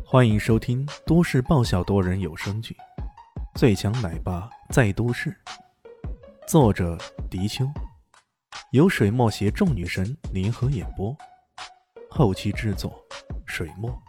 欢迎收听都市爆笑多人有声剧《最强奶爸在都市》，作者：迪秋，由水墨携众女神联合演播，后期制作：水墨。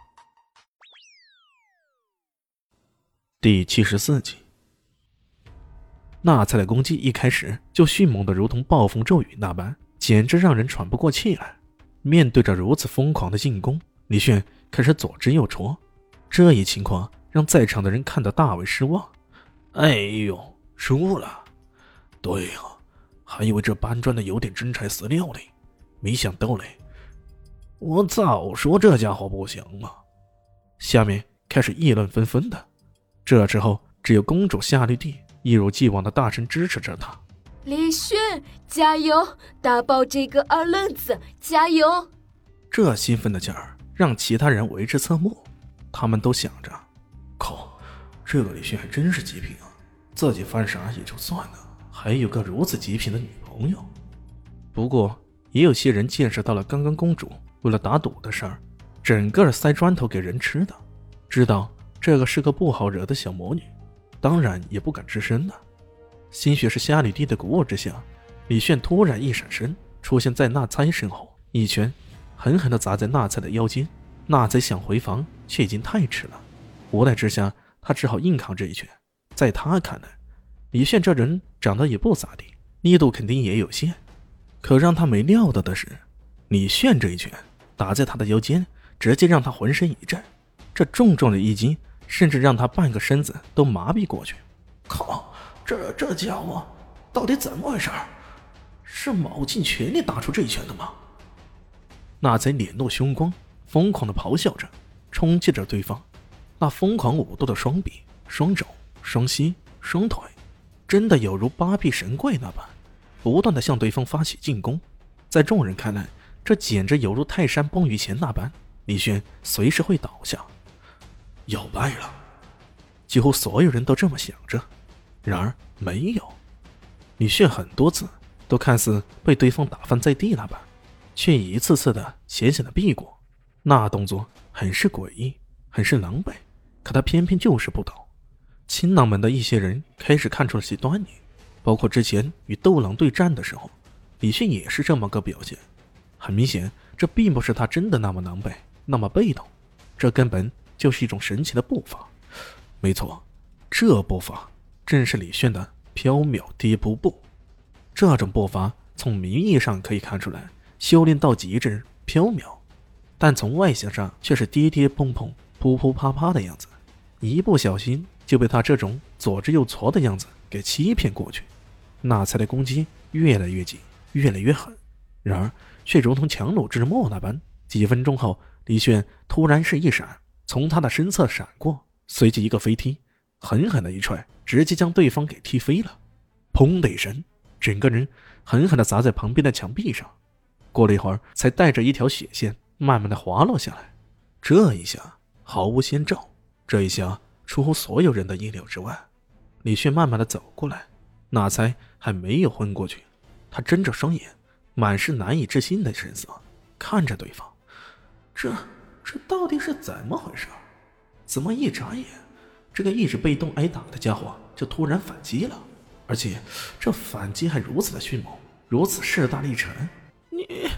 第74集。那菜的攻击一开始就迅猛的如同暴风骤雨那般，简直让人喘不过气来。面对着如此疯狂的进攻，李炫开始左支右戳，这一情况让在场的人看得大为失望。哎呦，输了！对呀，还以为这搬砖的有点真材实料嘞，没想到嘞，我早说这家伙不行嘛！下面开始议论纷纷的。这之后，只有公主夏绿蒂一如既往的大声支持着他。 李炫，加油！打爆这个二愣子，加油！ 这兴奋的劲儿让其他人为之侧目，他们都想着：靠，这个李炫还真是极品啊！自己犯傻也就算了，还有个如此极品的女朋友。不过，也有些人见识到了刚刚公主为了打赌的事儿，整个塞砖头给人吃的，知道这个是个不好惹的小魔女，当然也不敢吱声了。兴许是夏绿蒂的鼓舞之下，李炫突然一闪身，出现在纳猜身后，一拳狠狠地砸在纳猜的腰间。纳猜想回防，却已经太迟了。无奈之下，他只好硬扛这一拳。在他看来，李炫这人长得也不咋地，力度肯定也有限。可让他没料到的是，李炫这一拳打在他的腰间，直接让他浑身一震。这重重的一击，甚至让他半个身子都麻痹过去。靠！这家伙到底怎么回事？是卯尽全力打出这一拳的吗？那贼脸露凶光，疯狂地咆哮着，冲击着对方。那疯狂舞动的双臂、双肘、双膝、双腿，真的有如八臂神怪那般，不断地向对方发起进攻。在众人看来，这简直犹如泰山崩于前那般，李炫随时会倒下，要败了。几乎所有人都这么想着。然而没有，李炫很多次都看似被对方打翻在地那般，却一次次的险险的避过。那动作很是诡异，很是狼狈，可他偏偏就是不倒。青狼们的一些人开始看出了些端倪，包括之前与斗狼对战的时候，李炫也是这么个表现。很明显，这并不是他真的那么狼狈，那么被动，这根本就是一种神奇的步伐。没错，这步伐正是李炫的飘渺跌扑步。这种步伐从名义上可以看出来修炼到极致飘渺，但从外形上却是跌跌碰碰扑扑啪啪的样子，一不小心就被他这种左支右矬的样子给欺骗过去。那才的攻击越来越紧，越来越狠，然而却如同强弩之末那般，几分钟后，李炫突然是一闪，从他的身侧闪过，随即一个飞踢，狠狠的一踹，直接将对方给踢飞了。砰的一声，整个人狠狠地砸在旁边的墙壁上，过了一会儿才带着一条血线慢慢地滑落下来。这一下毫无先兆，这一下出乎所有人的意料之外。李炫慢慢地走过来，哪猜还没有昏过去，他睁着双眼，满是难以置信的神色看着对方。这到底是怎么回事？怎么一眨眼，这个一直被动挨打的家伙就突然反击了，而且这反击还如此的迅猛，如此势大力沉。你，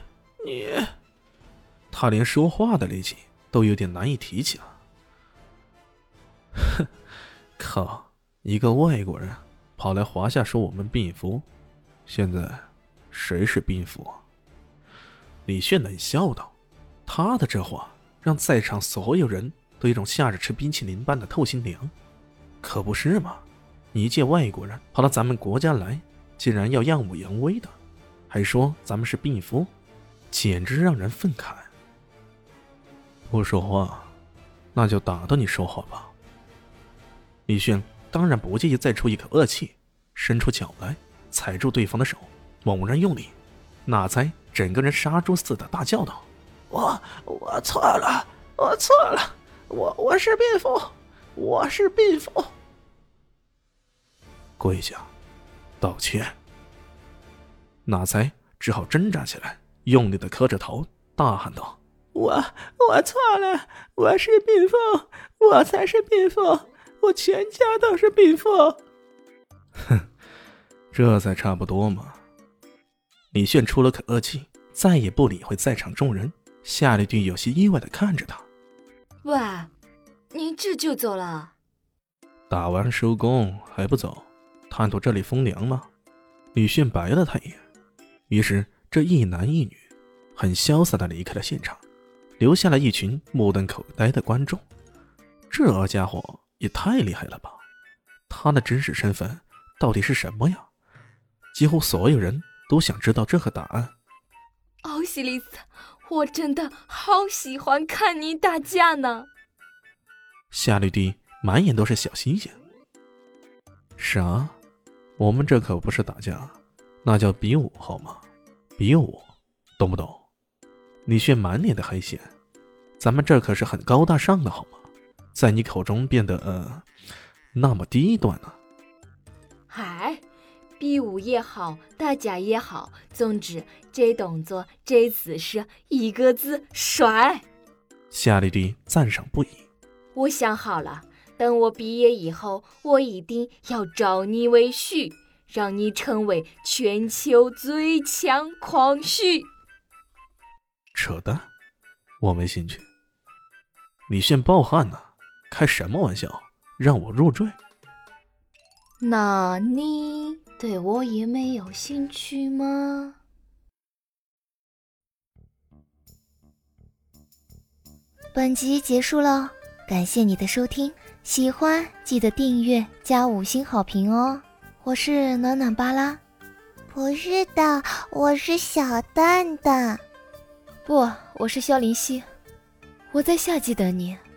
他连说话的力气都有点难以提起了。哼，靠，一个外国人跑来华夏说我们病夫，现在谁是病夫啊？李炫冷笑道。他的这话让在场所有人都有一种夏日吃冰淇淋般的透心凉。可不是嘛，一介外国人跑到咱们国家来，竟然要耀武扬威的，还说咱们是病夫，简直让人愤慨。不说话，那就打到你说话吧。李炫当然不介意再出一口恶气，伸出脚来踩住对方的手，猛然用力，哪猜整个人杀猪似的大叫道：我错了，我错了，我是病夫，我是病夫。跪下道歉。哪才只好挣扎起来，用力的磕着头，大喊道： 我错了，我是病妇，我才是病妇，我全家都是病妇。哼，这才差不多嘛。李炫出了口恶气，再也不理会在场众人。夏绿蒂有些意外地看着他。 喂，你这就走了？ 打完收工还不走，贪图这里风凉吗？李炫白了他一眼。于是这一男一女很潇洒地离开了现场，留下了一群目瞪口呆的观众。这家伙也太厉害了吧，他的真实身份到底是什么呀？几乎所有人都想知道这个答案。 欧西里斯，我真的好喜欢看你打架呢。 夏绿蒂满眼都是小心眼。啥？我们这可不是打架，那叫比武好吗？比武，懂不懂？李炫满脸的黑线。咱们这可是很高大上的好吗？在你口中变得那么低端呢？ 嗨，比武也好，打架也好，总之这动作这姿势一个字帅。 夏绿蒂赞赏不已。 我想好了，等我毕业以后，我一定要招你为婿，让你成为全球最强狂婿。 扯淡，我没兴趣。李炫暴汗呢，开什么玩笑，让我入赘？ 那你对我也没有兴趣吗？ 本集结束了，感谢你的收听，喜欢记得订阅加5星好评哦。我是暖暖巴拉。 不是的，我是小蛋蛋。 不，我是萧林希。我在夏季等你。